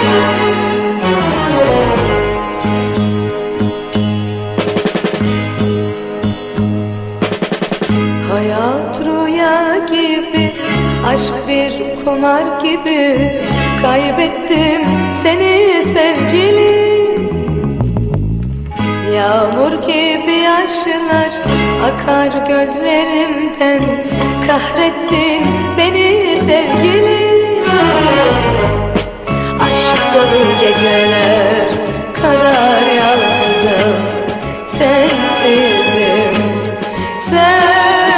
Hayat rüya gibi, aşk bir kumar gibi, kaybettim seni sevgilim. Yağmur gibi yaşlar akar gözlerimden, kahrettin beni sevgilim. Aşk dolu geceler kadar yalnızım, sensizim, sensiz.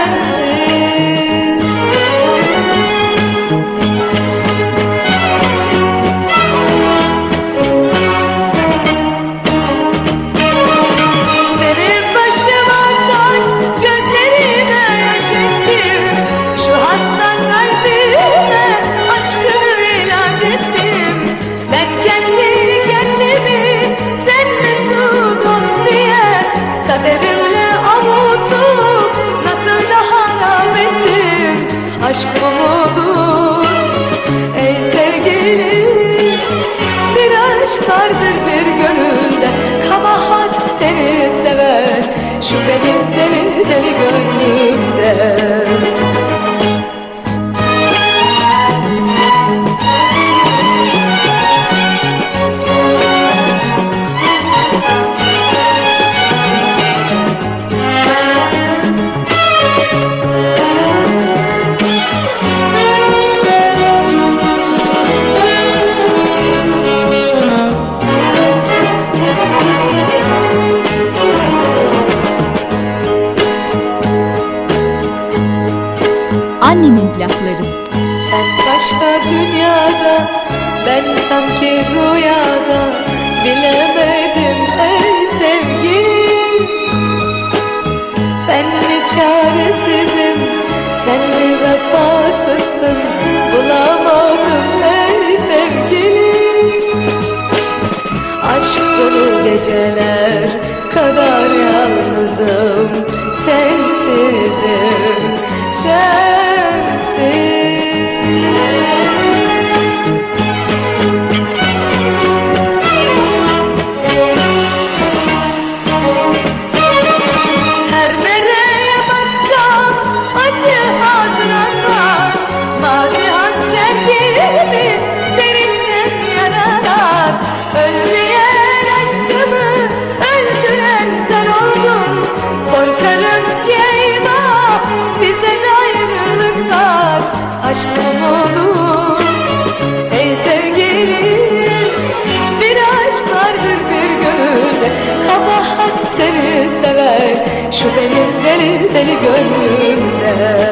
Senin başıma taç, gözlerime yaş ettim. Şu hasta kalbime aşkını ilaç ettim. Ben kendi kendimi sen mesut ol diye kaderimle avuttum. Nasıl da harap ettim aşk umudu. Ey sevgilim, bir aşk vardır bir gönülde, kabahat seni seven şu benim deli deli gönlümde. Annemin plakları. Sen başka dünyada, ben sanki rüyada, bilemedim ey sevgilim. Ben mi çaresizim, sen mi vefasızsın, bulamadım ey sevgilim. Aşk dolu geceler kadar yalnızım, sensizim, sensiz. Her nereye baksam acı hatıralar, mazi hançer gibi derinden yaralar. Ölmeyen aşkımı öldüren sen oldun. Korkarım ki eyvah bize de ayrılıklar, aşk umudu. Ey sevgilim, bir aşk vardır bir gönülde, kabahat seni sever şu benim deli deli gönlümde.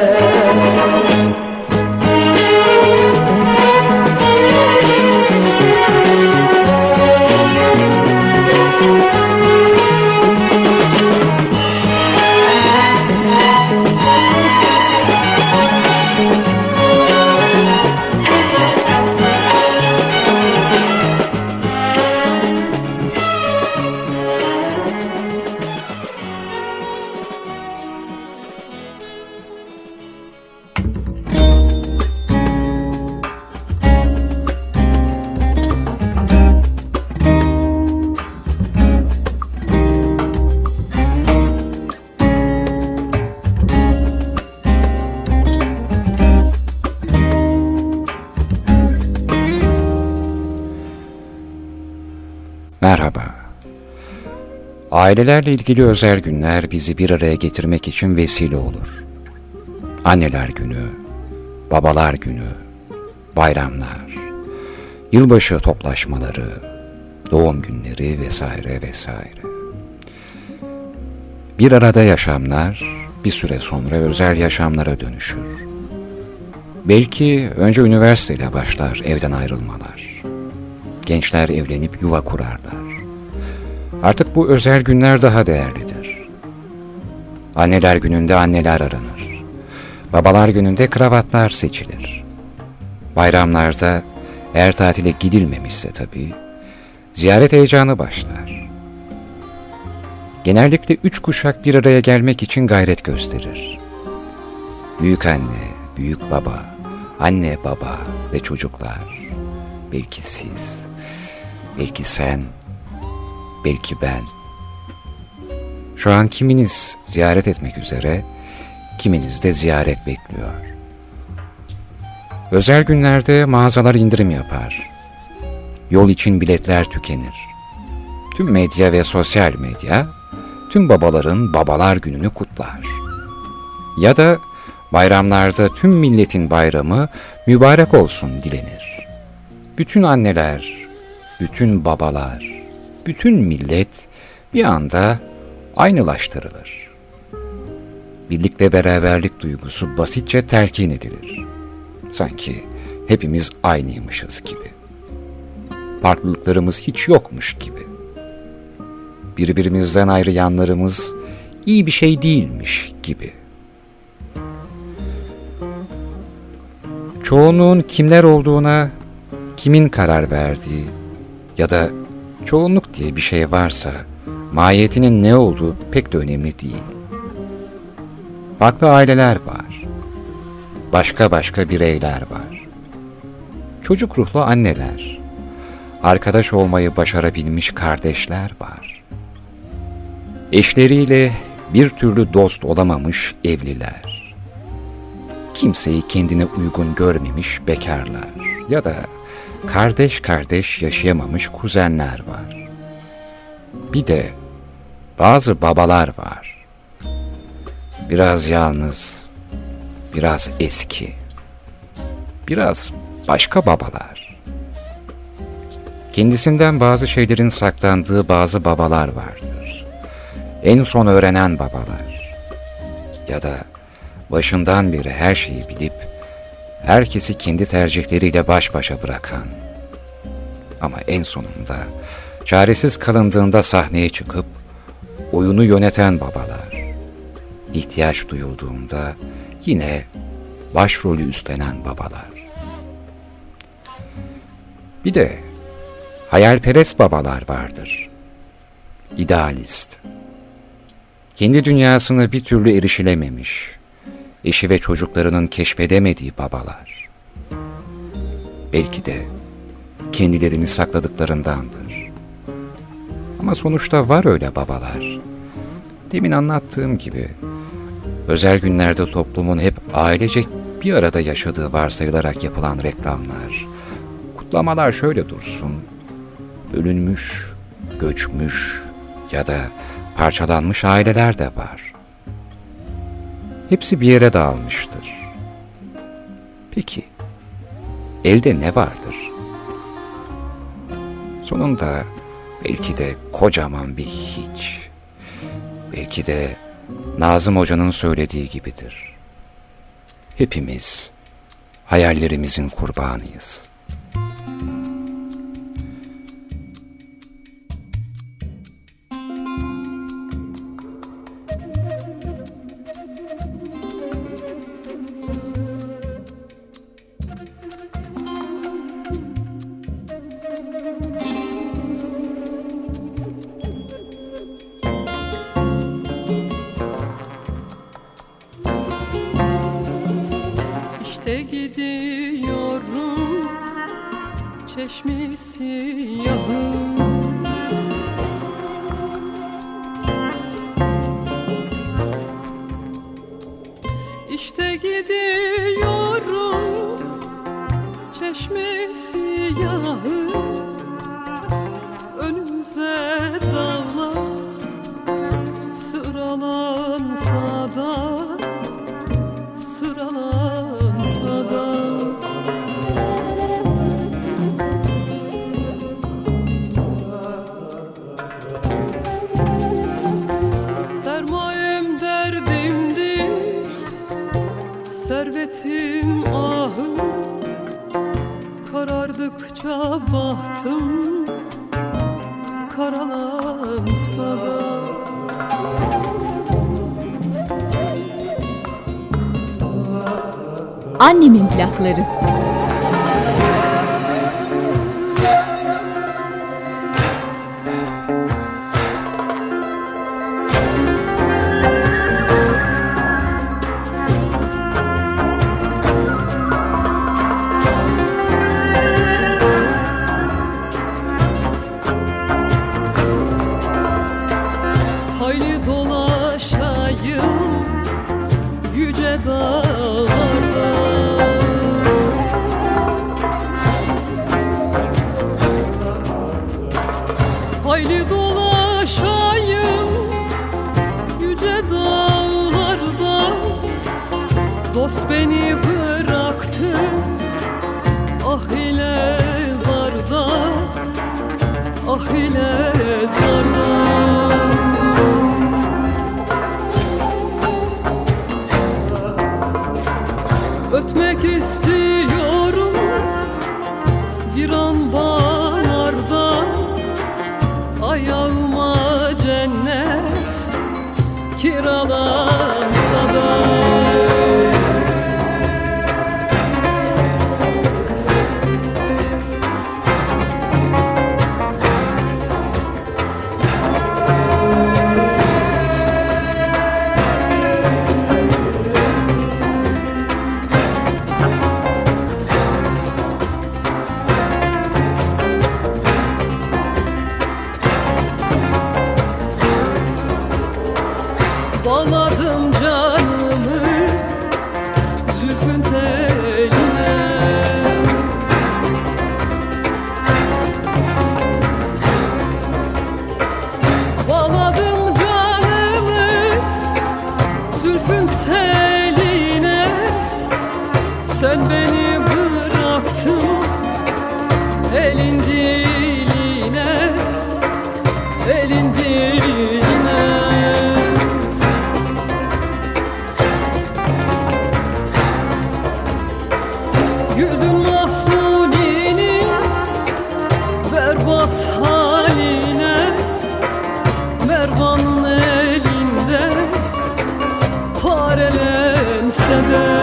Merhaba. Ailelerle ilgili özel günler bizi bir araya getirmek için vesile olur. Anneler günü, babalar günü, bayramlar, yılbaşı toplaşmaları, doğum günleri vesaire vesaire. Bir arada yaşamlar bir süre sonra özel yaşamlara dönüşür. Belki önce üniversiteyle başlar evden ayrılmalar. Gençler evlenip yuva kurarlar. Artık bu özel günler daha değerlidir. Anneler gününde anneler aranır. Babalar gününde kravatlar seçilir. Bayramlarda eğer tatile gidilmemişse tabii, ziyaret heyecanı başlar. Genellikle 3 kuşak bir araya gelmek için gayret gösterir. Büyük anne, büyük baba, anne baba ve çocuklar belki siz, belki sen, belki ben. Şu an kiminiz ziyaret etmek üzere, kiminiz de ziyaret bekliyor. Özel günlerde mağazalar indirim yapar. Yol için biletler tükenir. Tüm medya ve sosyal medya, tüm babaların Babalar Günü'nü kutlar. Ya da bayramlarda tüm milletin bayramı mübarek olsun dilenir. Bütün anneler, bütün babalar, bütün millet bir anda aynılaştırılır. Birlik ve beraberlik duygusu basitçe telkin edilir. Sanki hepimiz aynıymışız gibi. Farklılıklarımız hiç yokmuş gibi. Birbirimizden ayrı yanlarımız iyi bir şey değilmiş gibi. Çoğunluğun kimler olduğuna, kimin karar verdiği ya da çoğunluk diye bir şey varsa mahiyetinin ne olduğu pek de önemli değil. Farklı aileler var. Başka bireyler var. Çocuk ruhlu anneler, arkadaş olmayı başarabilmiş kardeşler var. Eşleriyle bir türlü dost olamamış evliler. Kimseyi kendine uygun görmemiş bekarlar ya da kardeş yaşayamamış kuzenler var. Bir de bazı babalar var. Biraz yalnız, biraz eski, biraz başka babalar. Kendisinden bazı şeylerin saklandığı bazı babalar vardır. En son öğrenen babalar. Ya da başından beri her şeyi bilip, herkesi kendi tercihleriyle baş başa bırakan. Ama en sonunda, çaresiz kalındığında sahneye çıkıp, oyunu yöneten babalar. İhtiyaç duyulduğunda yine başrolü üstlenen babalar. Bir de hayalperest babalar vardır. İdealist. Kendi dünyasına bir türlü erişilememiş, eşi ve çocuklarının keşfedemediği babalar. Belki de kendilerini sakladıklarındandır. Ama sonuçta var öyle babalar. Demin anlattığım gibi, özel günlerde toplumun hep ailecek bir arada yaşadığı varsayılarak yapılan reklamlar, kutlamalar şöyle dursun, bölünmüş, göçmüş ya da parçalanmış aileler de var. Hepsi bir yere dağılmıştır. Peki, elde ne vardır? Sonunda belki de kocaman bir hiç. Belki de Nazım Hoca'nın söylediği gibidir. Hepimiz hayallerimizin kurbanıyız. İşte gidiyorum çeşmi siyahım, İşte gidiyorum çeşmi siyahım, önümüze dağlar sıralansa da sermayem derdimdir, servetim ahım, karardıkça bahtım karalansa da. Annemin plakları. hayli dolaşayım yüce dağlarda. Dost beni bıraktı ah ile zarda, ah ile zarda. Ötmek istiyorum bir an bağlarda, ayağıma cennet kiralansa da. Bağladım canımı zülfün teline, bağladım canımı zülfün teline. Sen beni bıraktın elin diline, elin diline. Güldüm Mahsuni'nin berbat haline, Mervan'ın elinde parelense de.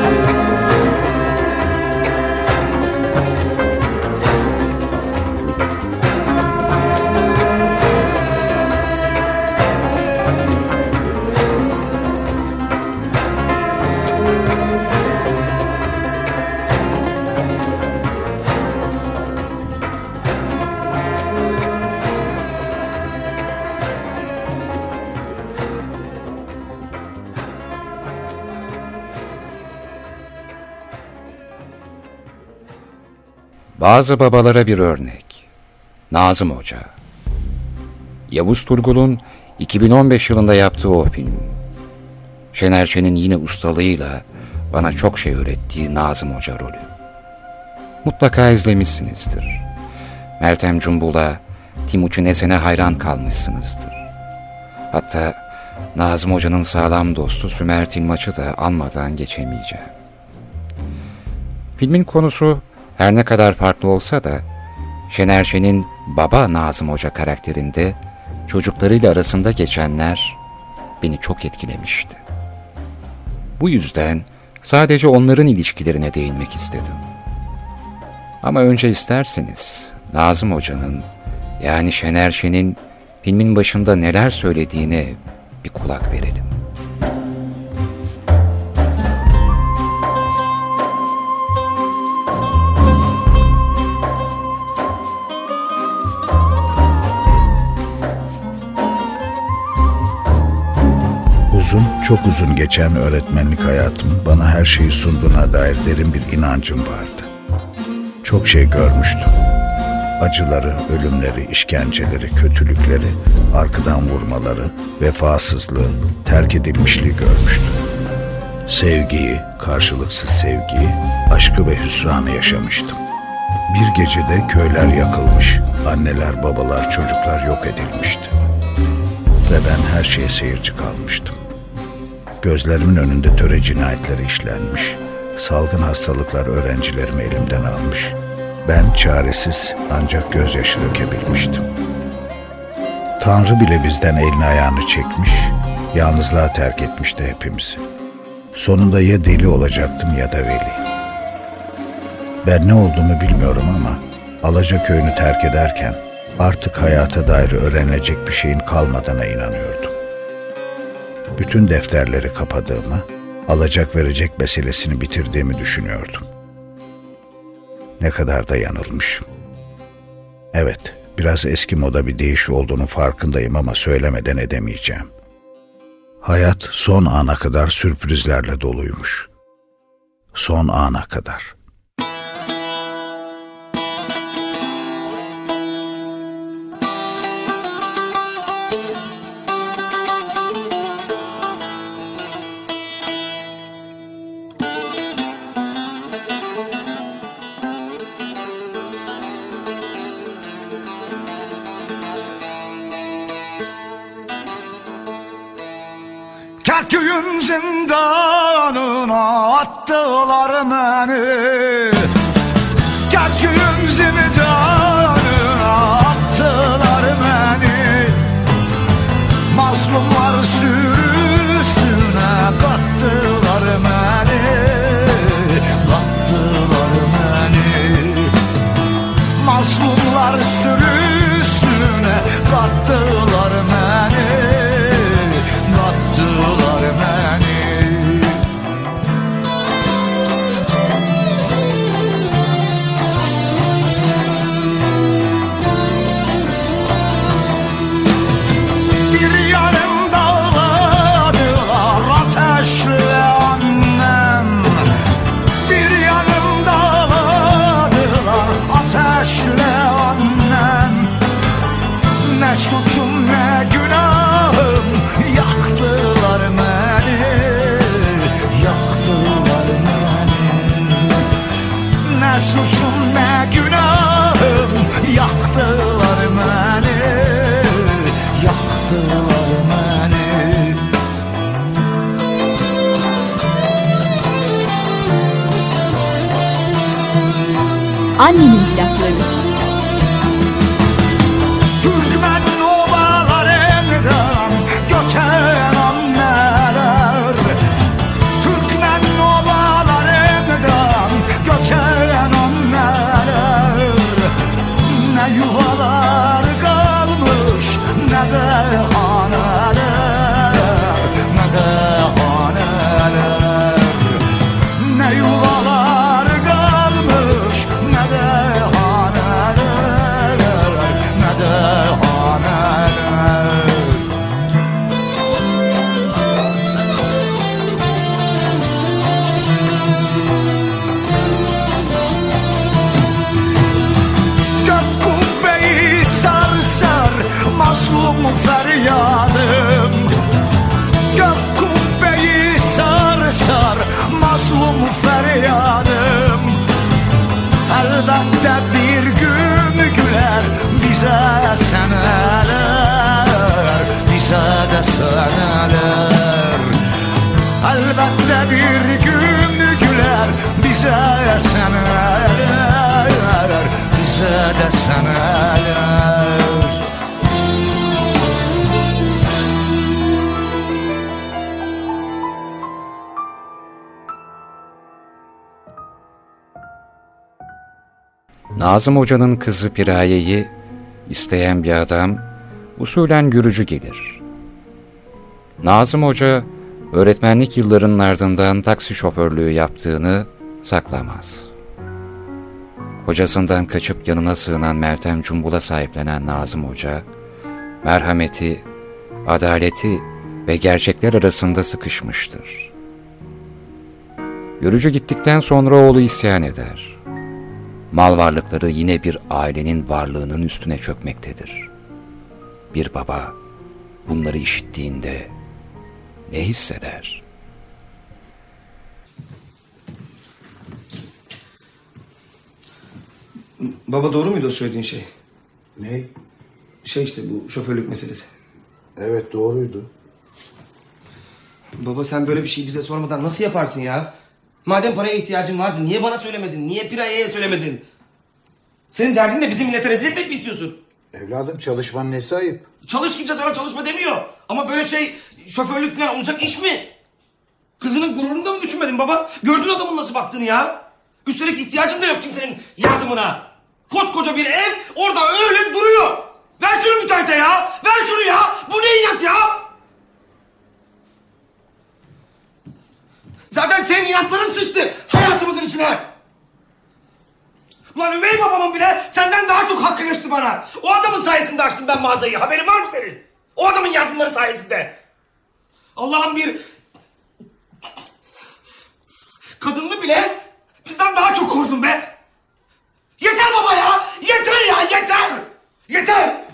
Bazı babalara bir örnek. Nazım Hoca. Yavuz Turgul'un 2015 yılında yaptığı o film. Şener Şen'in yine ustalığıyla bana çok şey öğrettiği Nazım Hoca rolü. Mutlaka izlemişsinizdir. Meltem Cumbul'a, Timuçin Esen'e hayran kalmışsınızdır. Hatta Nazım Hoca'nın sağlam dostu Sümer Tilmaç'ı da anmadan geçemeyeceğim. Filmin konusu her ne kadar farklı olsa da Şener Şen'in baba Nazım Hoca karakterinde çocuklarıyla arasında geçenler beni çok etkilemişti. Bu yüzden sadece onların ilişkilerine değinmek istedim. Ama önce isterseniz Nazım Hoca'nın, yani Şener Şen'in filmin başında neler söylediğine bir kulak verelim. Çok uzun geçen öğretmenlik hayatım bana her şeyi sunduğuna dair derin bir inancım vardı. Çok şey görmüştüm. Acıları, ölümleri, işkenceleri, kötülükleri, arkadan vurmaları, vefasızlığı, terk edilmişliği görmüştüm. Sevgiyi, karşılıksız sevgiyi, aşkı ve hüsranı yaşamıştım. Bir gecede köyler yakılmış, anneler, babalar, çocuklar yok edilmişti. Ve ben her şeye seyirci kalmıştım. Gözlerimin önünde töre cinayetleri işlenmiş, salgın hastalıklar öğrencilerimi elimden almış. Ben çaresiz ancak gözyaşı dökebilmiştim. Tanrı bile bizden elini ayağını çekmiş, yalnızlığa terk etmişti hepimizi. Sonunda ya deli olacaktım ya da veli. Ben ne olduğumu bilmiyorum ama Alacaköy'ünü terk ederken artık hayata dair öğrenilecek bir şeyin kalmadığına inanıyordum. Bütün defterleri kapadığımı, alacak verecek meselesini bitirdiğimi düşünüyordum. Ne kadar da yanılmışım. Evet, biraz eski moda bir değiş olduğunu farkındayım ama söylemeden edemeyeceğim. Hayat son ana kadar sürprizlerle doluymuş. Son ana kadar. Kerkük'ün zindanına attılar beni. Kerkük'ün zindanına attılar beni. Mazlumlar sürüsüne kattılar beni. Kattılar beni. Mazlumlar sürüsüne kattılar beni. Kattılar beni. Bir yanım dağladılar ateşle annem. Bir yanım dağladılar ateşle annem. Ne suçum ne günahım yaktılar beni. Yaktılar beni. Ne suçum ne günahım yaktılar beni. Yaktılar beni. Annemin plakları. Türkmen obalarından göçen anneler. Türkmen obalarından göçen anneler. Ne yuvalar kalmış ne de haneler. Ne de haneler. Ne yuvalar kalmış ne de haneler. Ne de haneler. Gök kubbeyi sarsar mazlum feryadım. Gök kubbeyi sarsar mazlum feryadım. Elbette bir gün güler bize seneler. Bize de seneler. Elbette bir gün güler bize seneler. Bize de seneler. Nazım Hoca'nın kızı Piraye'yi isteyen bir adam usulen görücü gelir. Nazım Hoca öğretmenlik yıllarının ardından taksi şoförlüğü yaptığını saklamaz. Hocasından kaçıp yanına sığınan Meltem Cumbul'a sahiplenen Nazım Hoca, merhameti, adaleti ve gerçekler arasında sıkışmıştır. Görücü gittikten sonra oğlu isyan eder. Mal varlıkları yine bir ailenin varlığının üstüne çökmektedir. Bir baba bunları işittiğinde ne hisseder? Baba doğru muydu o söylediğin şey? Ne? Şey işte bu şoförlük meselesi. Evet doğruydu. Baba sen böyle bir şey bize sormadan nasıl yaparsın ya? Madem paraya ihtiyacın vardı niye bana söylemedin? Niye Piraye'ye söylemedin? Senin derdin de bizim millete rezil etmek mi istiyorsun? Evladım çalışmanın nesi ayıp? Çalış, kimse sana çalışma demiyor. Ama böyle şey şoförlük falan olacak iş mi? Kızının gururunu da mı düşünmedin baba? Gördün adamın nasıl baktığını ya. Üstelik ihtiyacım da yok kimsenin yardımına. Koskoca bir ev orada öyle duruyor. Ver şunu müteahhite ya. Ver şunu ya. Bu ne inat ya? Zaten senin inatların sıçtı hayatımızın içine. Ulan üvey babamın bile senden daha çok hakkı geçti bana. O adamın sayesinde açtım ben mağazayı. Haberin var mı senin? O adamın yardımları sayesinde. Allah'ım bir kadını bile bizden daha çok korudun be. Yeter baba ya. Yeter ya yeter. Yeter.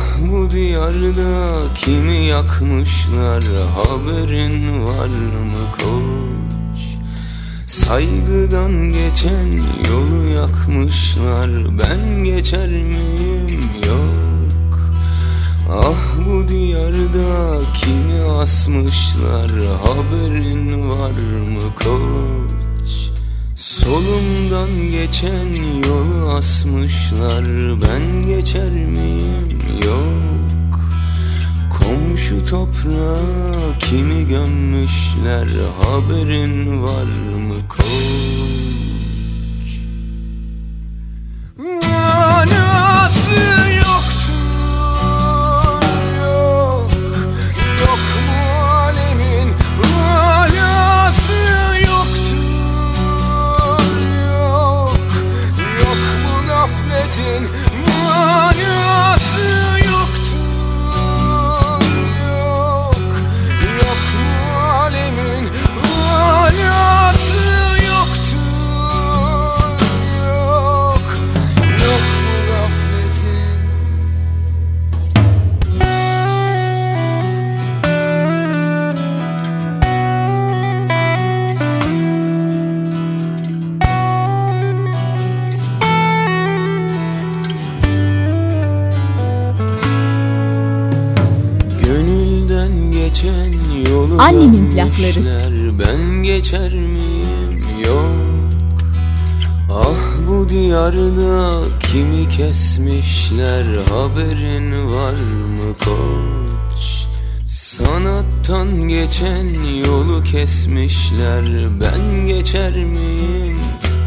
bu diyarda kimi yakmışlar, haberin var mı koç? Saygıdan geçen yolu yakmışlar, ben geçer miyim yok. Ah bu diyarda kimi asmışlar, haberin var mı koç? Solumdan geçen yolu asmışlar, ben geçer miyim yok. Komşu toprağa kimi gömmüşler, haberin var mı koç? Manası yoktur, yok. Yok mu alemin manası yoktur, yok. Yok mu gafletin manası yoktur, yok. Yok mu alemin manası yoktur, yok. Yok mu gafletin. Gönülden geçen yolu Annemin plakları. görmüşler, ben geçer miyim yok. Ah bu diyarda kimi kesmişler, haberin var mı koç? Sanattan geçen yolu kesmişler, ben geçer miyim?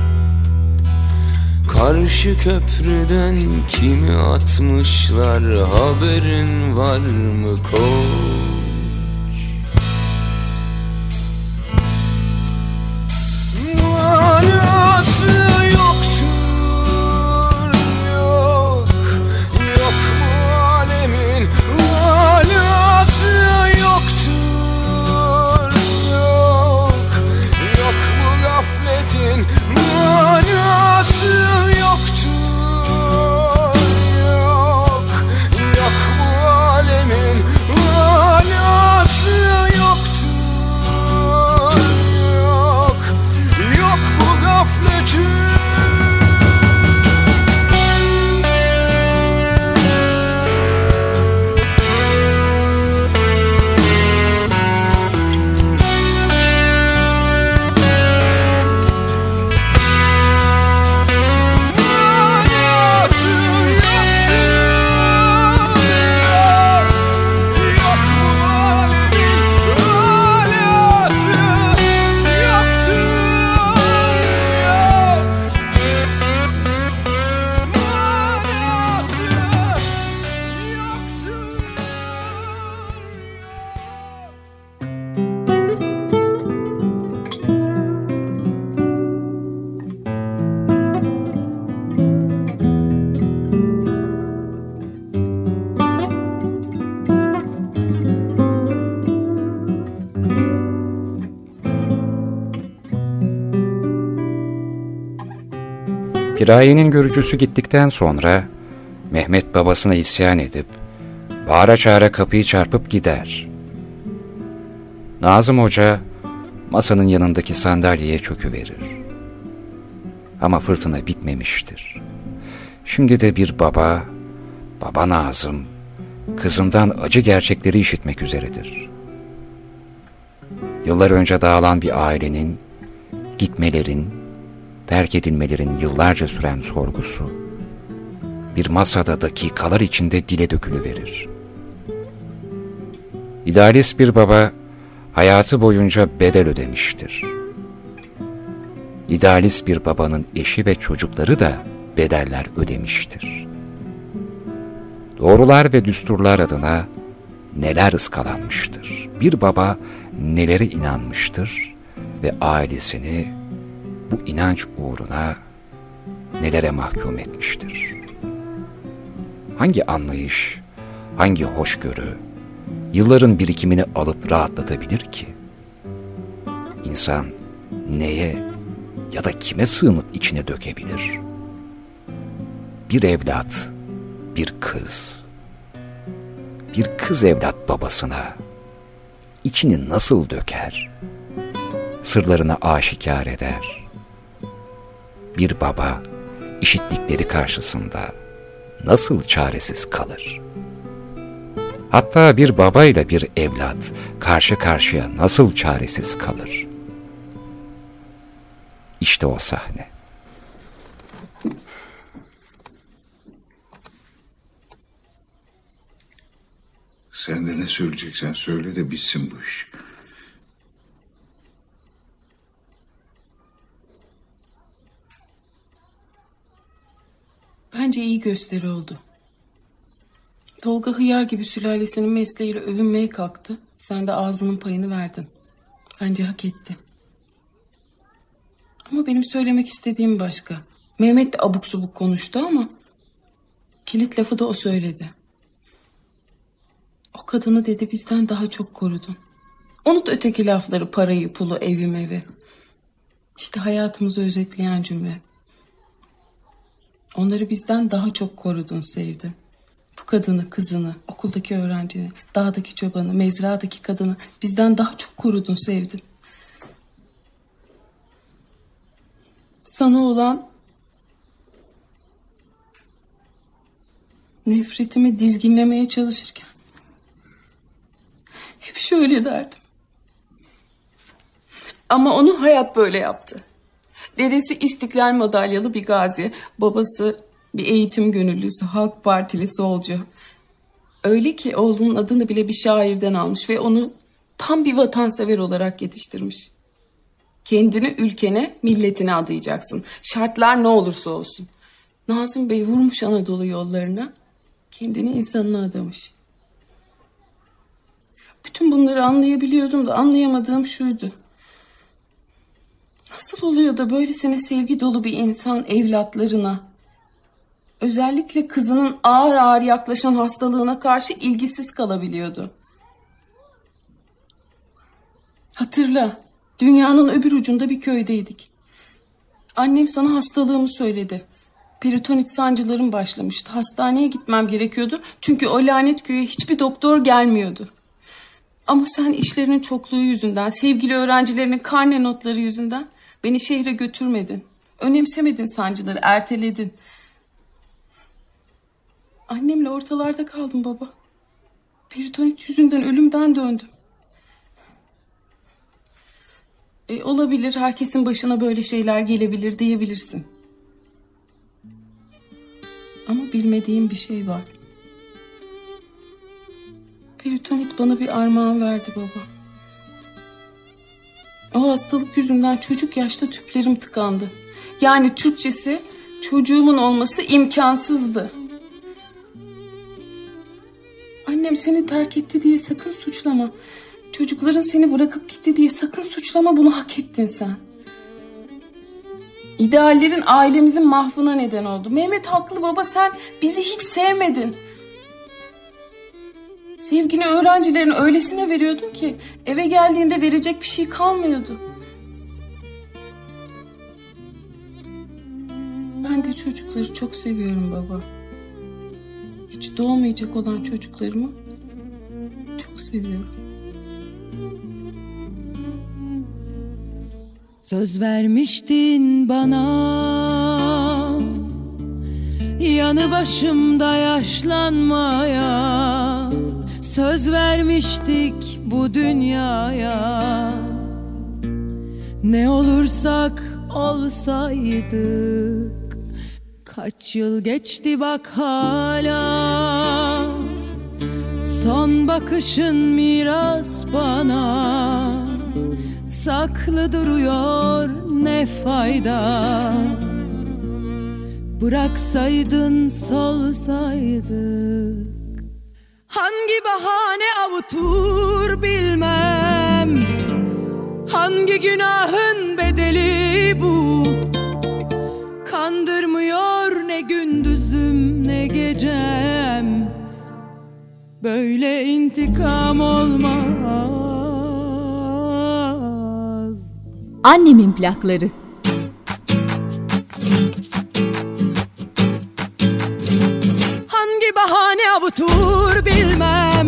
Karşı köprüden kimi atmışlar, haberin var mı koç? Manası yoktur, yok. Yok mu alemin manası yoktur, yok. Yok mu gafletin manası yoktur, yok. Yok mu alemin manası yoktur, yok. Yok bu gafletin. Piraye'nin görücüsü gittikten sonra Mehmet babasına isyan edip bağıra çağıra kapıyı çarpıp gider. Nazım Hoca masanın yanındaki sandalyeye çöküverir. Ama fırtına bitmemiştir. Şimdi de bir baba Nazım, kızından acı gerçekleri işitmek üzeredir. Yıllar önce dağılan bir ailenin, gitmelerin, terk edilmelerin yıllarca süren sorgusu, bir masada dakikalar içinde dile dökülüverir. İdealist bir baba, hayatı boyunca bedel ödemiştir. İdealist bir babanın eşi ve çocukları da bedeller ödemiştir. Doğrular ve düsturlar adına neler ıskalanmıştır. Bir baba nelere inanmıştır ve ailesini bu inanç uğruna nelere mahkum etmiştir. Hangi anlayış, hangi hoşgörü yılların birikimini alıp rahatlatabilir ki? İnsan neye ya da kime sığınıp içine dökebilir? Bir evlat, bir kız, bir kız evlat babasına içini nasıl döker, sırlarını aşikar eder? Bir baba işittikleri karşısında nasıl çaresiz kalır? Hatta bir babayla bir evlat karşı karşıya nasıl çaresiz kalır? İşte o sahne. Sen de ne söyleyeceksen söyle de bitsin bu iş. Bence iyi gösteri oldu. Tolga hıyar gibi sülalesinin mesleğiyle övünmeye kalktı. Sen de ağzının payını verdin. Bence hak etti. Ama benim söylemek istediğim başka. Mehmet de abuk subuk konuştu ama kilit lafı da o söyledi. O kadını dedi bizden daha çok korudun. Unut öteki lafları, parayı, pulu, evi mevi. İşte hayatımızı özetleyen cümle. Onları bizden daha çok korudun, sevdin. Bu kadını, kızını, okuldaki öğrencini, dağdaki çobanı, mezradaki kadını bizden daha çok korudun, sevdin. Sana olan nefretimi dizginlemeye çalışırken hep şöyle derdim. Ama onu hayat böyle yaptı. Dedesi İstiklal madalyalı bir gazi, babası bir eğitim gönüllüsü, Halk Partili solcu. Öyle ki oğlunun adını bile bir şairden almış ve onu tam bir vatansever olarak yetiştirmiş. Kendini ülkene, milletine adayacaksın. Şartlar ne olursa olsun. Nazım Bey vurmuş Anadolu yollarına, kendini insanına adamış. Bütün bunları anlayabiliyordum da anlayamadığım şuydu. Nasıl oluyor da böylesine sevgi dolu bir insan evlatlarına, özellikle kızının ağır ağır yaklaşan hastalığına karşı ilgisiz kalabiliyordu? Hatırla, dünyanın öbür ucunda bir köydeydik. Annem sana hastalığımı söyledi. Peritonit sancılarım başlamıştı. Hastaneye gitmem gerekiyordu. Çünkü o lanet köye hiçbir doktor gelmiyordu. Ama sen işlerinin çokluğu yüzünden, sevgili öğrencilerinin karne notları yüzünden beni şehre götürmedin. Önemsemedin sancıları, erteledin. Annemle ortalarda kaldım baba. Peritonit yüzünden ölümden döndüm. Olabilir, herkesin başına böyle şeyler gelebilir diyebilirsin. Ama bilmediğim bir şey var. Peritonit bana bir armağan verdi baba. O hastalık yüzünden çocuk yaşta tüplerim tıkandı. Yani Türkçesi çocuğumun olması imkansızdı. Annem seni terk etti diye sakın suçlama. Çocukların seni bırakıp gitti diye sakın suçlama, bunu hak ettin sen. İdeallerin ailemizin mahvına neden oldu. Mehmet haklı baba, sen bizi hiç sevmedin. Sevgini öğrencilerine öylesine veriyordun ki eve geldiğinde verecek bir şey kalmıyordu. Ben de çocukları çok seviyorum baba. Hiç doğmayacak olan çocuklarımı çok seviyorum. Söz vermiştin bana, yanı başımda yaşlanmaya. Söz vermiştik bu dünyaya, ne olursak olsaydık. Kaç yıl geçti bak hala, son bakışın miras bana. Saklı duruyor ne fayda, bıraksaydın solsaydık. Hangi bahane avutur bilmem, hangi günahın bedeli bu. Kandırmıyor ne gündüzüm ne gecem, böyle intikam olmaz. Annemin plakları. Hangi bahane avutur bilmem,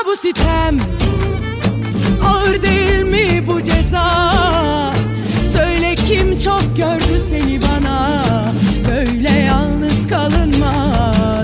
bu sitem? Ağır değil mi bu ceza? Söyle kim çok gördü seni bana? Böyle yalnız kalınmaz.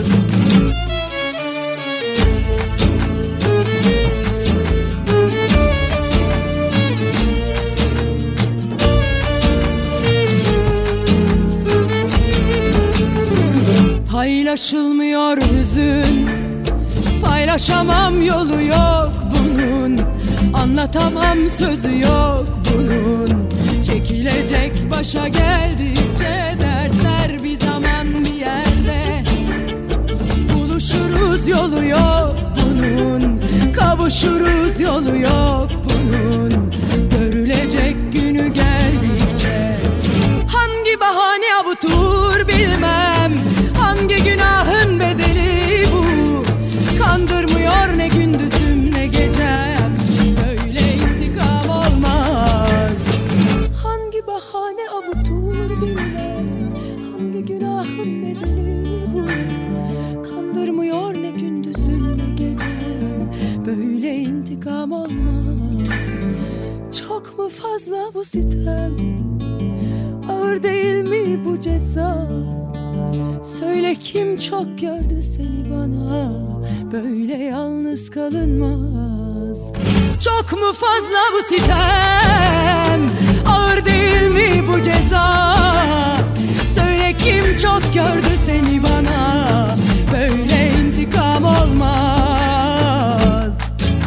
Paylaşılmıyor hüzün, paylaşamam yolu yok bunun, anlatamam sözü yok bunun. Çekilecek başa geldikçe dertler bir zaman bir yerde. Buluşuruz yolu yok bunun, kavuşuruz yolu yok bunun. Görülecek günü geldikçe. Hangi bahane avutur bilmem, hangi günahın bedeli bu? Kandırmıyor ne gündüzüm ne gecem, böyle intikam olmaz. Hangi bahane avutur bilmem, hangi günahın bedeli bu? Kandırmıyor ne gündüzüm ne gecem, böyle intikam olmaz. Çok mu fazla bu sitem? Ağır değil mi bu ceza? Söyle kim çok gördü seni bana? Böyle yalnız kalınmaz. Çok mu fazla bu sitem? Ağır değil mi bu ceza? Söyle kim çok gördü seni bana? Böyle intikam olmaz.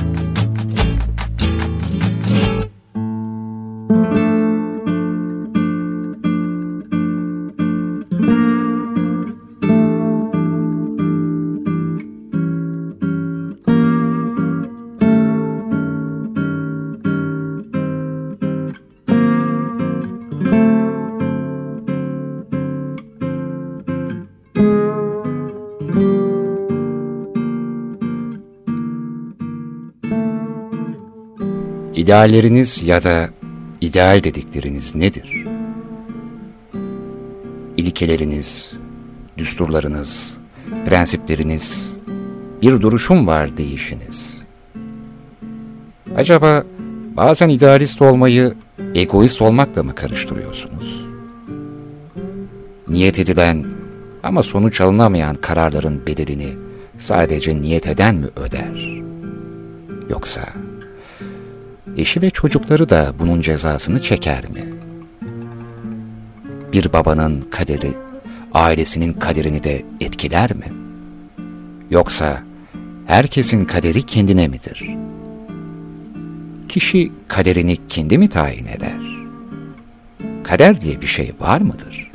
İdealleriniz ya da ideal dedikleriniz nedir? İlkeleriniz, düsturlarınız, prensipleriniz, bir duruşum var deyişiniz. Acaba bazen idealist olmayı egoist olmakla mı karıştırıyorsunuz? Niyet edilen ama sonuç alınamayan kararların bedelini sadece niyet eden mi öder? Yoksa eşi ve çocukları da bunun cezasını çeker mi? Bir babanın kaderi, ailesinin kaderini de etkiler mi? Yoksa herkesin kaderi kendine midir? Kişi kaderini kendi mi tayin eder? Kader diye bir şey var mıdır?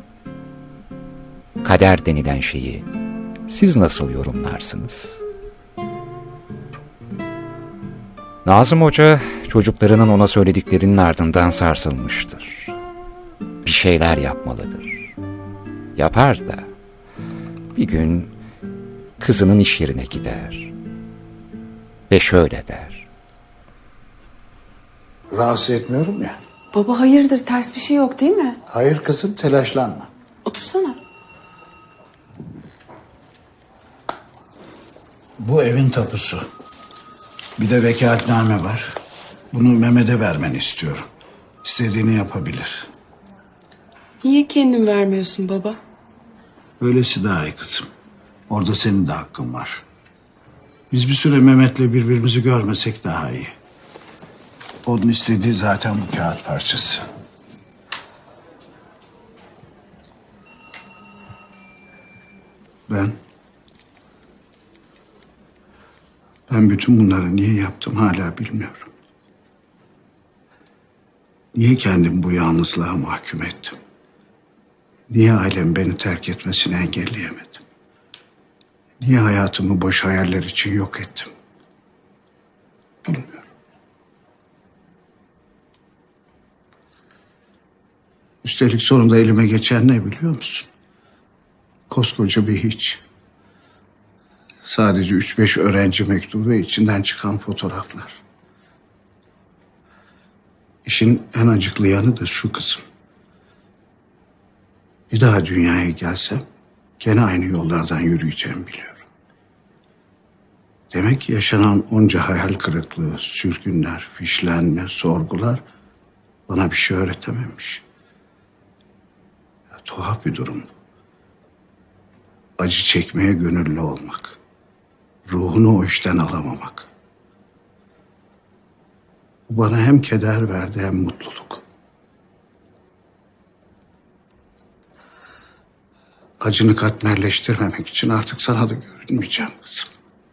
Kader denilen şeyi siz nasıl yorumlarsınız? Nazım Hoca çocuklarının ona söylediklerinin ardından sarsılmıştır. Bir şeyler yapmalıdır. Yapar da bir gün kızının iş yerine gider ve şöyle der. Rahatsız etmiyorum ya. Baba hayırdır, ters bir şey yok değil mi? Hayır kızım, telaşlanma. Otursana. Bu evin tapusu. Bir de vekaletname var. Bunu Mehmet'e vermeni istiyorum. İstediğini yapabilir. Niye kendin vermiyorsun baba? Öylesi daha iyi kızım. Orada senin de hakkın var. Biz bir süre Mehmet'le birbirimizi görmesek daha iyi. Onun istediği zaten bu kağıt parçası. Ben bütün bunları niye yaptım hala bilmiyorum. Niye kendimi bu yalnızlığa mahkum ettim? Niye ailem beni terk etmesini engelleyemedim? Niye hayatımı boş hayaller için yok ettim? Bilmiyorum. Üstelik sonunda elime geçen ne biliyor musun? Koskoca bir hiç. Sadece 3-5 öğrenci mektubu ve içinden çıkan fotoğraflar. İşin en acıklı yanı da şu kızım. Bir daha dünyaya gelsem gene aynı yollardan yürüyeceğimi biliyorum. Demek ki yaşanan onca hayal kırıklığı, sürgünler, fişlenme, sorgular bana bir şey öğretememiş. Ya, tuhaf bir durum. Acı çekmeye gönüllü olmak. Ruhunu o işten alamamak. Bu bana hem keder verdi hem mutluluk. Acını katmerleştirmemek için artık sana da görünmeyeceğim kızım.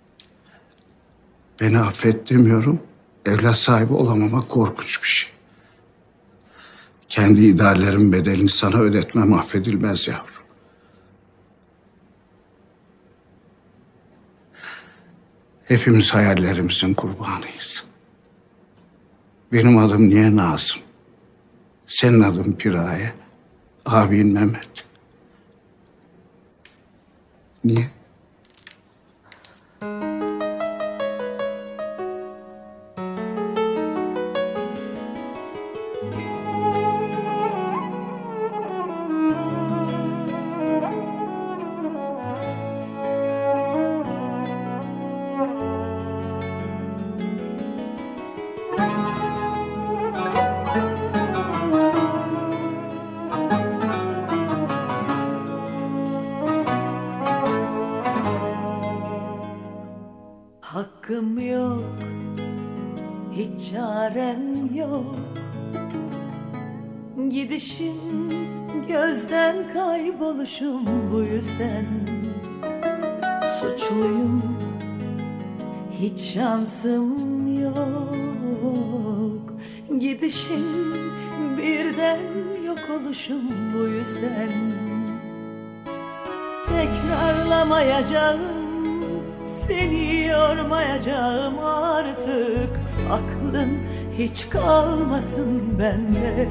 Beni affet demiyorum, evlat sahibi olamamak korkunç bir şey. Kendi ideallerimin bedelini sana ödetmem affedilmez yavrum. Hepimiz hayallerimizin kurbanıyız. Benim adım niye Nazım? Senin adın Piraye, abin Mehmet. Niye? Hakkım yok, hiç çarem yok. Gidişim, gözden kayboluşum bu yüzden. Suçluyum, hiç şansım yok. Gidişim, birden yok oluşum bu yüzden. Tekrarlamayacağım, seni yormayacağım artık. Aklın hiç kalmasın bende.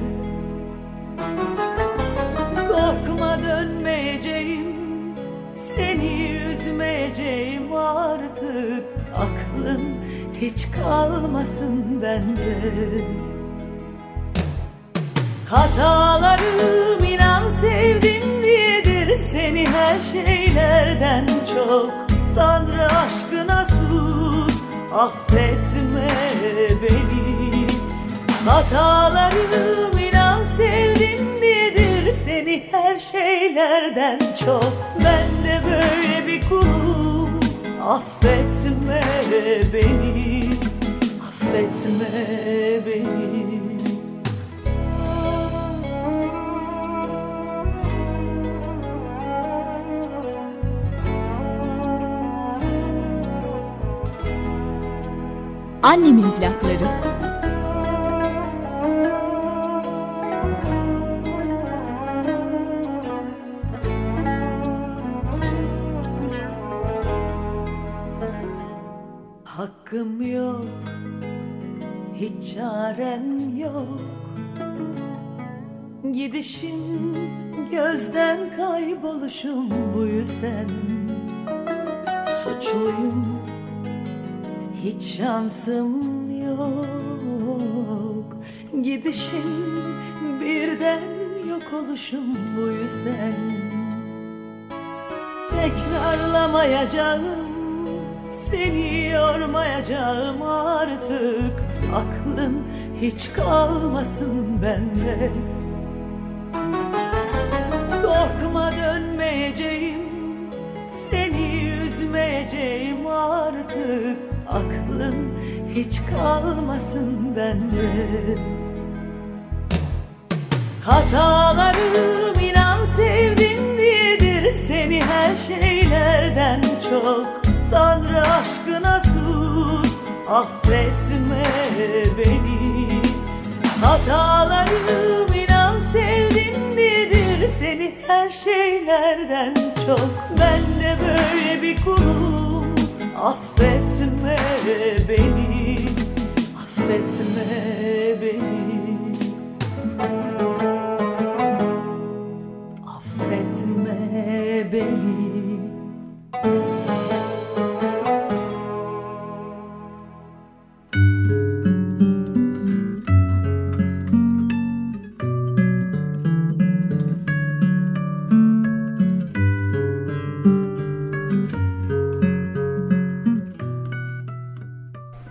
Korkma, dönmeyeceğim, seni üzmeyeceğim artık. Aklın hiç kalmasın bende. Hatalarım inan sevdim diyedir seni her şeylerden çok. Tanrı aşkına sus, affetme beni. Hatalarım inan sevdim diyedir seni her şeylerden çok. Ben de böyle bir kulum, affetme beni, affetme beni. Annemin plakları. Hakkım yok, hiç çarem yok. Gidişim, gözden kayboluşum bu yüzden. Suçluyum, hiç şansım yok. Gidişim, birden yok oluşum bu yüzden. Tekrarlamayacağım, seni yormayacağım artık. Aklın hiç kalmasın bende. Korkma, dönmeyeceğim, seni üzmeyeceğim artık. Aklın hiç kalmasın bende. Hatalarım inan sevdim diyedir seni her şeylerden çok. Tanrı aşkına sus, affetme beni. Hatalarım inan sevdim diyedir seni her şeylerden çok. Ben de böyle bir kulum, affetme beni, affetme beni, affetme beni.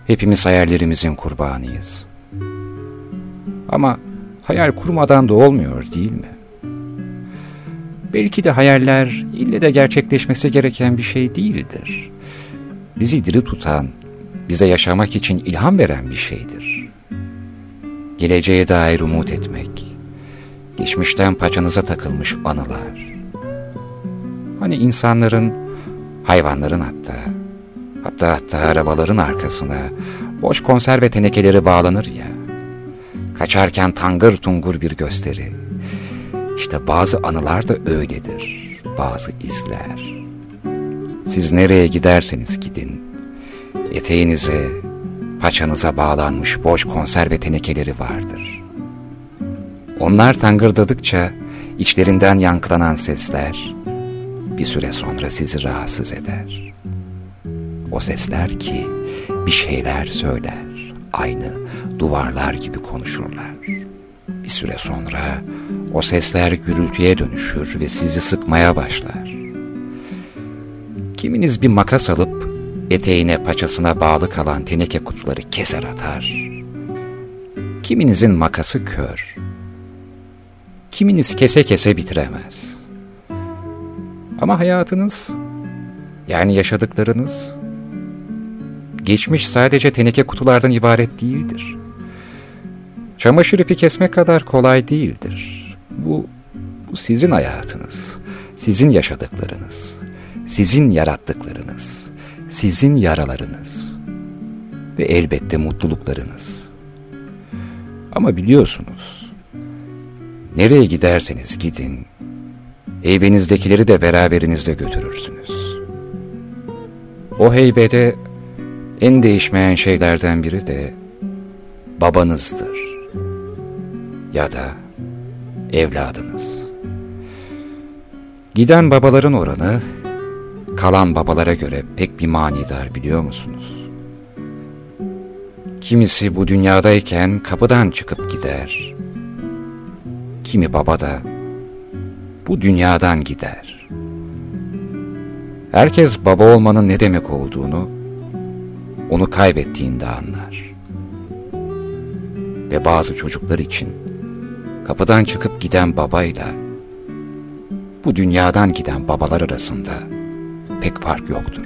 Hepimiz hayallerimizin kurbanıyız. Ama hayal kurmadan da olmuyor değil mi? Belki de hayaller ille de gerçekleşmesi gereken bir şey değildir. Bizi diri tutan, bize yaşamak için ilham veren bir şeydir. Geleceğe dair umut etmek, geçmişten paçanıza takılmış anılar. Hani insanların, hayvanların hatta arabaların arkasına boş konserve tenekeleri bağlanır ya, kaçarken tangır tungur bir gösteri. İşte bazı anılar da öyledir, bazı izler. Siz nereye giderseniz gidin, eteğinize, paçanıza bağlanmış boş konserve tenekeleri vardır. Onlar tangırdadıkça içlerinden yankılanan sesler bir süre sonra sizi rahatsız eder. O sesler ki bir şeyler söyler, aynı duvarlar gibi konuşurlar. Bir süre sonra o sesler gürültüye dönüşür ve sizi sıkmaya başlar. Kiminiz bir makas alıp eteğine, paçasına bağlı kalan teneke kutuları keser atar. Kiminizin makası kör. Kiminiz kese kese bitiremez. Ama hayatınız, yani yaşadıklarınız, geçmiş sadece teneke kutulardan ibaret değildir. Çamaşır ipi kesmek kadar kolay değildir. Bu sizin hayatınız, sizin yaşadıklarınız, sizin yarattıklarınız, sizin yaralarınız ve elbette mutluluklarınız. Ama biliyorsunuz, nereye giderseniz gidin, heybenizdekileri de beraberinizde götürürsünüz. O heybede en değişmeyen şeylerden biri de babanızdır ya da evladınız. Giden babaların oranı kalan babalara göre pek bir manidar, biliyor musunuz? Kimisi bu dünyadayken kapıdan çıkıp gider. Kimi baba da bu dünyadan gider. Herkes baba olmanın ne demek olduğunu onu kaybettiğinde anlar. Ve bazı çocuklar için kapıdan çıkıp giden babayla bu dünyadan giden babalar arasında pek fark yoktur.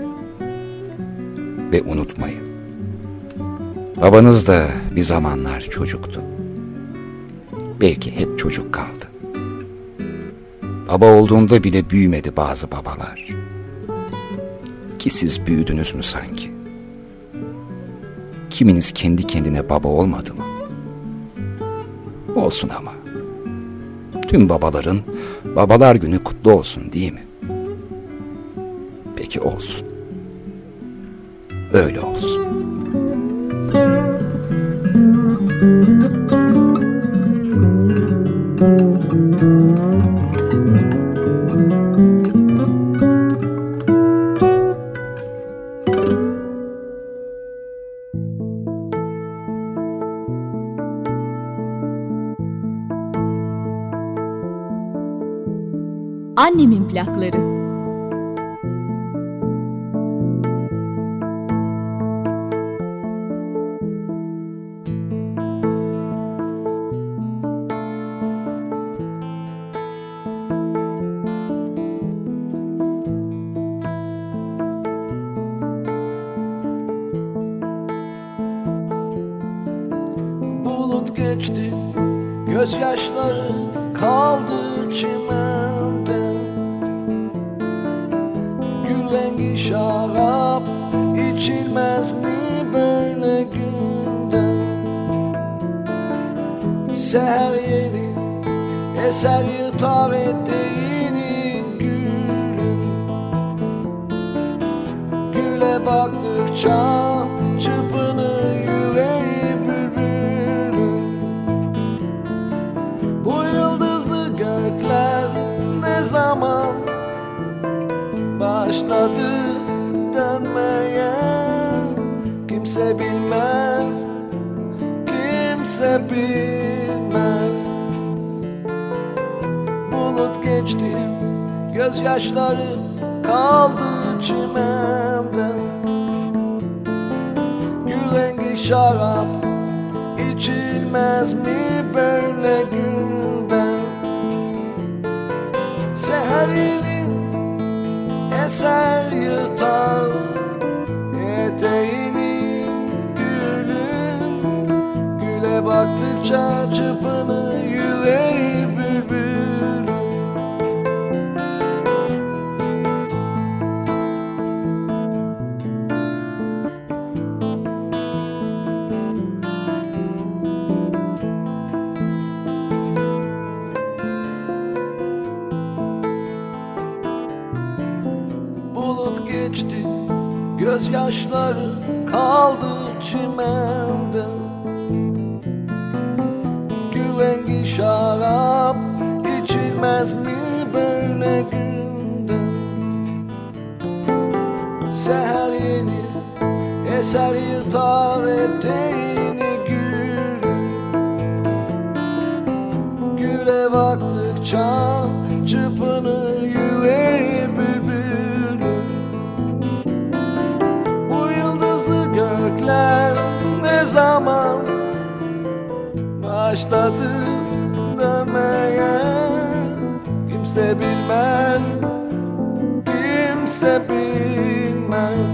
Ve unutmayın, babanız da bir zamanlar çocuktu. Belki hep çocuk kaldı. Baba olduğunda bile büyümedi bazı babalar. Ki siz büyüdünüz mü sanki? Kiminiz kendi kendine baba olmadı mı? Olsun ama. Tüm babaların Babalar Günü kutlu olsun, değil mi? Peki olsun. Öyle olsun. Annemin plakları. Bulut geçti, gözyaşları kaldı çimende. Gül rengi şarap içilmez mi böyle günde? Seher yeni eser yırtar eteğini gülüm. Güle baktıkça çırpınır yüreği bülbülüm. Bu yıldızlı gökler ne zaman başladı dönmeye? Kimse bilmez, kimse bilmez. Bulut geçti, gözyaşları kaldı çimende. şarap içilmez mi böyle günde? Seher elin eser yırtar eteğini gülün. Güle baktıkça çırpınır yüreği bülbül. Bulut geçti, gözyaşları kaldı çimende. Güvengi şarap içilmez mi böyle günde? Seher yeni eser yırtar eteğini gül. Güle baktıkça çırpınır yüreği bülbül. Bu yıldızlı gökler ne zaman başladı dönmeye? Kimse bilmez, kimse bilmez.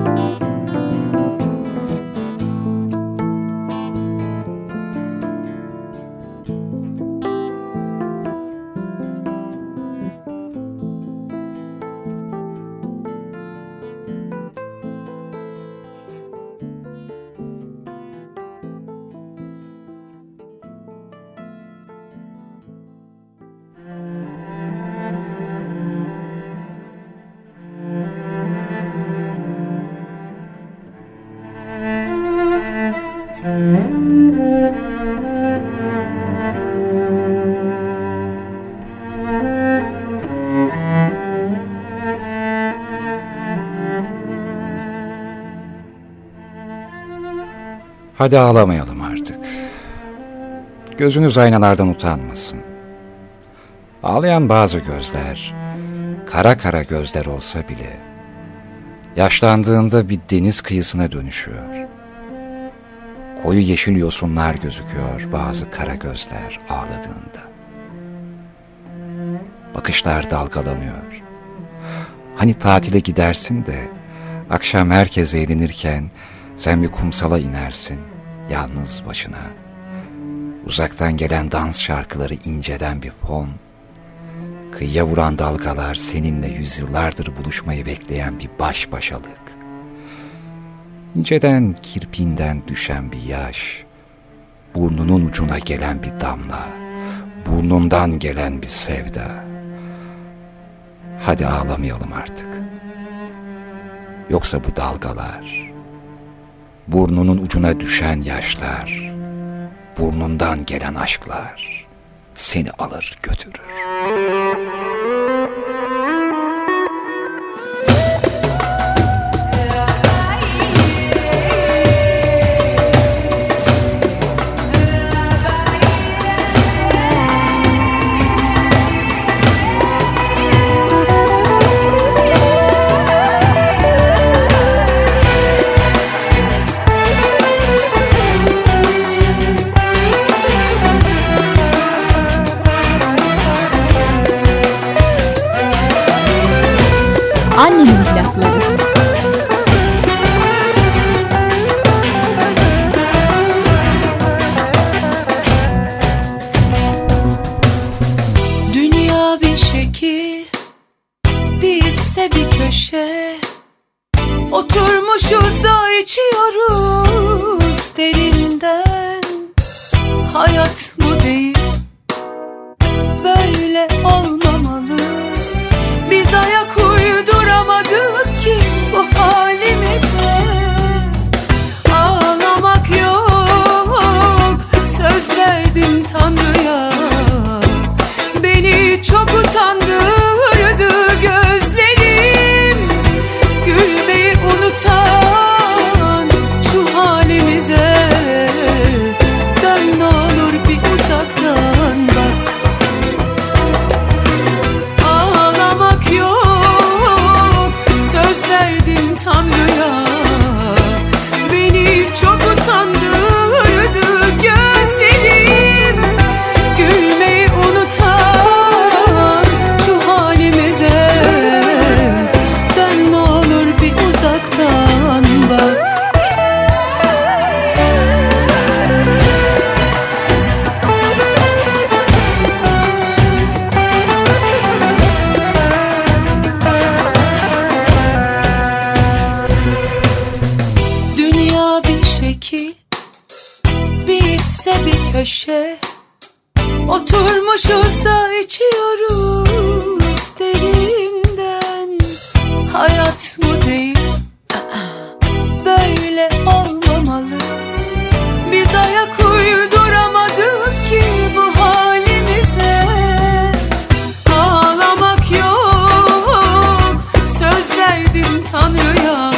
Hadi ağlamayalım artık. Gözünüz aynalardan utanmasın. Ağlayan bazı gözler, kara kara gözler olsa bile, yaşlandığında bir deniz kıyısına dönüşüyor. Koyu yeşil yosunlar gözüküyor bazı kara gözler ağladığında. Bakışlar dalgalanıyor. Hani tatile gidersin de, akşam herkes eğlenirken, sen bir kumsala inersin, yalnız başına. Uzaktan gelen dans şarkıları inceden bir fon, kıyıya vuran dalgalar seninle yüzyıllardır buluşmayı bekleyen bir baş başalık. İnceden kirpiğinden düşen bir yaş, burnunun ucuna gelen bir damla, burnundan gelen bir sevda. Hadi ağlamayalım artık. Yoksa bu dalgalar, burnunun ucuna düşen yaşlar, burnundan gelen aşklar seni alır götürür. Annemin plakları. Dünya bir şekil, bizse bir köşe. Oturmuşuz da içiyoruz derinden. Hayat bu değil, böyle olmamalı. Biz ayak uyduramadık ki bu halimize. Ağlamak yok, söz verdim Tanrı'ya. Beni çok utandırdı gözlerim. Gülmeyi unutan şu halimize. Dön ne olur bir Gitse bir köşe, oturmuşuz da içiyoruz derinden. Hayat mı değil, böyle olmamalı. Biz ayak uyduramadık ki bu halimize. Ağlamak yok, söz verdim Tanrı'ya.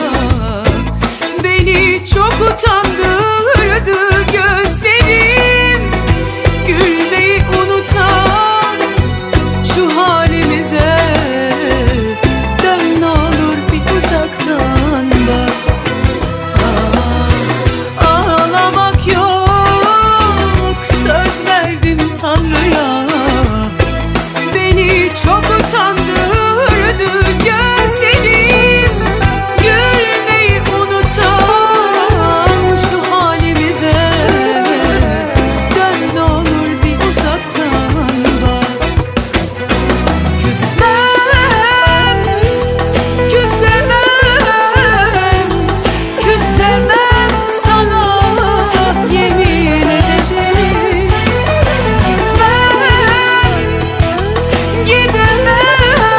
Beni çok utandırdı gözlerim. Gülmeyi unutan şu halimize. Dön ne olur bir uzaktan bak. Ağlamak yok, söz verdim Tanrı'ya. Beni çok utandırdı gözlerim. Gülmeyi unutan şu halimize. Dön ne olur bir uzaktan bak. Küsmem, küsemem, küsemem sana, yemin ederim. Gitmem, gidemem,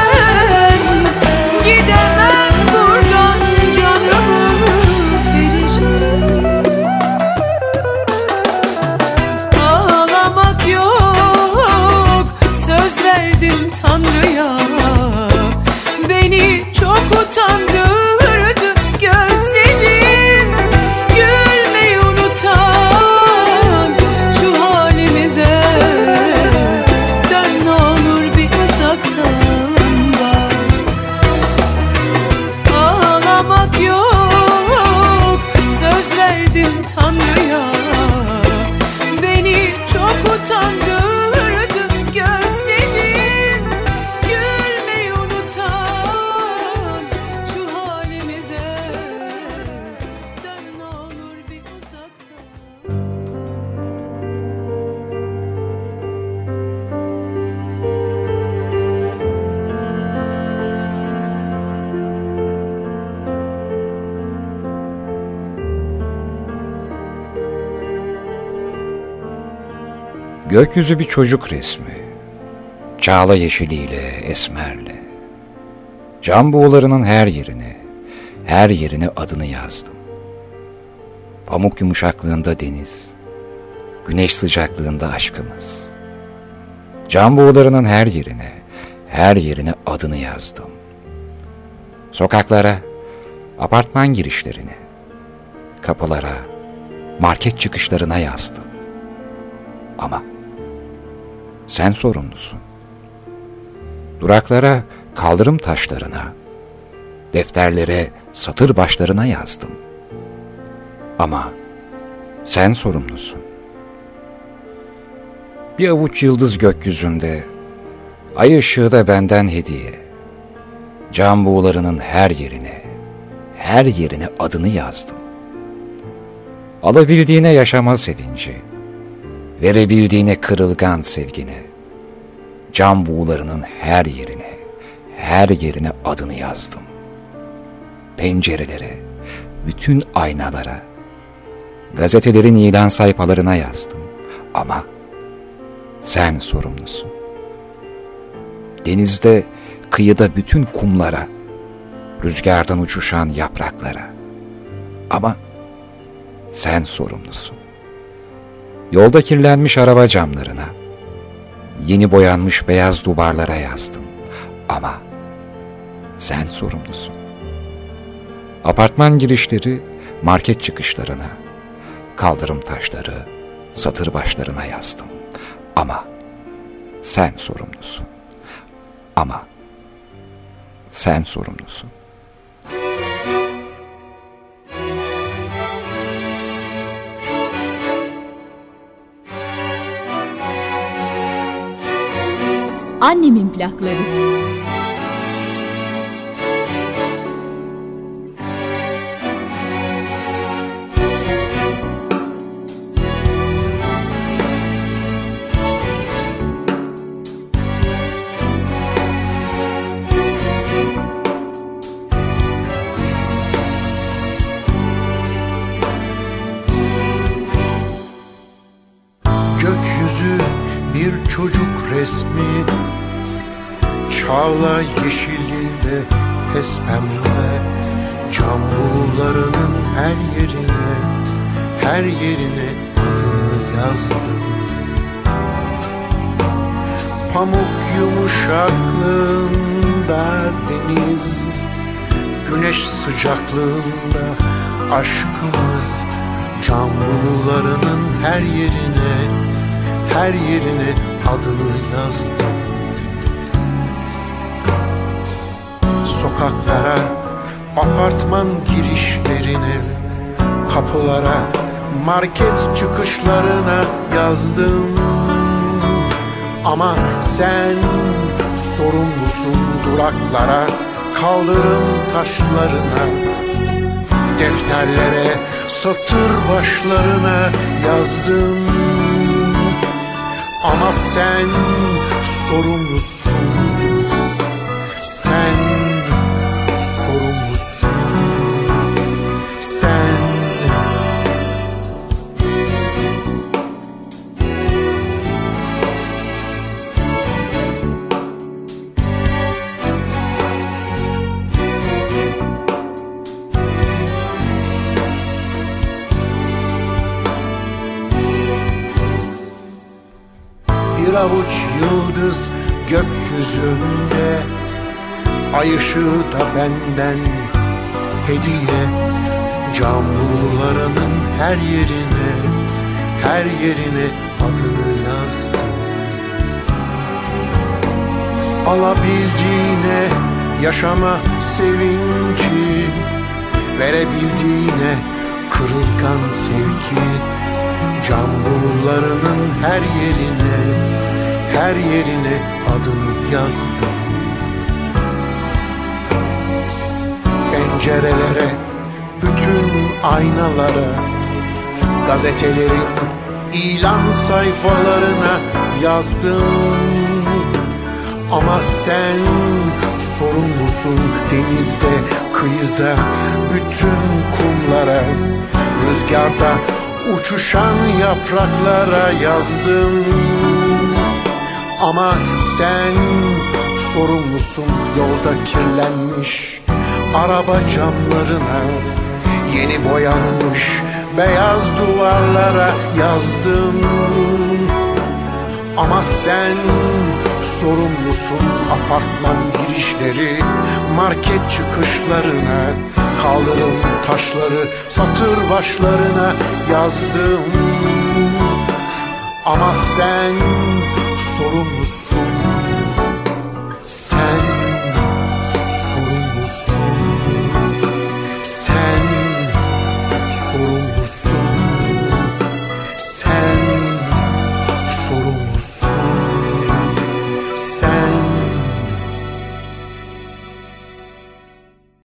gidemem buradan, canımı veririm. Ağlamak yok, söz verdim Tanrı'ya. Beni çok utandırdı gözlerim. Gülmeyi unutan şu halimize. Dön ne olur bir uzaktan bak. Ağlamak yok, söz verdim Tanrı'ya. Beni çok utandırdı gözlerim. Gülmeyi unutan şu halimize. Dön ne olur bir uzaktan. Gökyüzü bir çocuk resmi. Çağla yeşiliyle, esmerle. Cam buğularının her yerine adını yazdım. Pamuk yumuşaklığında deniz, güneş sıcaklığında aşkımız. Cam buğularının her yerine adını yazdım. Sokaklara, apartman girişlerine, kapılara, market çıkışlarına yazdım. Ama sen sorumlusun. Duraklara, kaldırım taşlarına, defterlere, satır başlarına yazdım. Ama sen sorumlusun. Bir avuç yıldız gökyüzünde, ay ışığı da benden hediye. Cam buğularının her yerine adını yazdım. Alabildiğine yaşama sevinci, verebildiğine kırılgan sevgini. Cam buğularının her yerine adını yazdım. Pencerelere, bütün aynalara, gazetelerin ilan sayfalarına yazdım. Ama sen sorumlusun. Denizde, kıyıda bütün kumlara, rüzgardan uçuşan yapraklara. Ama sen sorumlusun. Yolda kirlenmiş araba camlarına, yeni boyanmış beyaz duvarlara yazdım. Ama sen sorumlusun. Apartman girişleri, market çıkışlarına, kaldırım taşları, satır başlarına yazdım. Ama sen sorumlusun. Ama sen sorumlusun. Annemin plakları. Gökyüzü bir çocuk resmi, çağla yeşiliyle pes pembe, cam buğularının her yerine adını yazdım. Pamuk yumuşaklığında deniz, güneş sıcaklığında aşkımız, cam buğularının her yerine adını yazdım. Sokaklara, apartman girişlerine, kapılara, market çıkışlarına yazdım. Ama sen sorumlusun duraklara, kaldırım taşlarına, defterlere, satır başlarına yazdım. Ama sen sorumlusun, sen sorumlusun, sen. Bir avuç yıldız gökyüzünde, ay ışığı da benden hediye, cam buğularının her yerine adını yazdım. Alabildiğine yaşama sevinci, verebildiğine kırılgan sevgi, cam buğularının her yerine adını yazdım. Pencerelere, bütün aynalara, gazetelerin ilan sayfalarına yazdım. Ama sen sorumlusun denizde, kıyıda, bütün kumlara, rüzgarda uçuşan yapraklara yazdım. Ama sen sorumlusun yolda kirlenmiş araba camlarına, yeni boyanmış beyaz duvarlara yazdım. Ama sen sorumlusun apartman girişleri, market çıkışlarına, kaldırım taşları, satır başlarına yazdım. Ama sen sorumlusun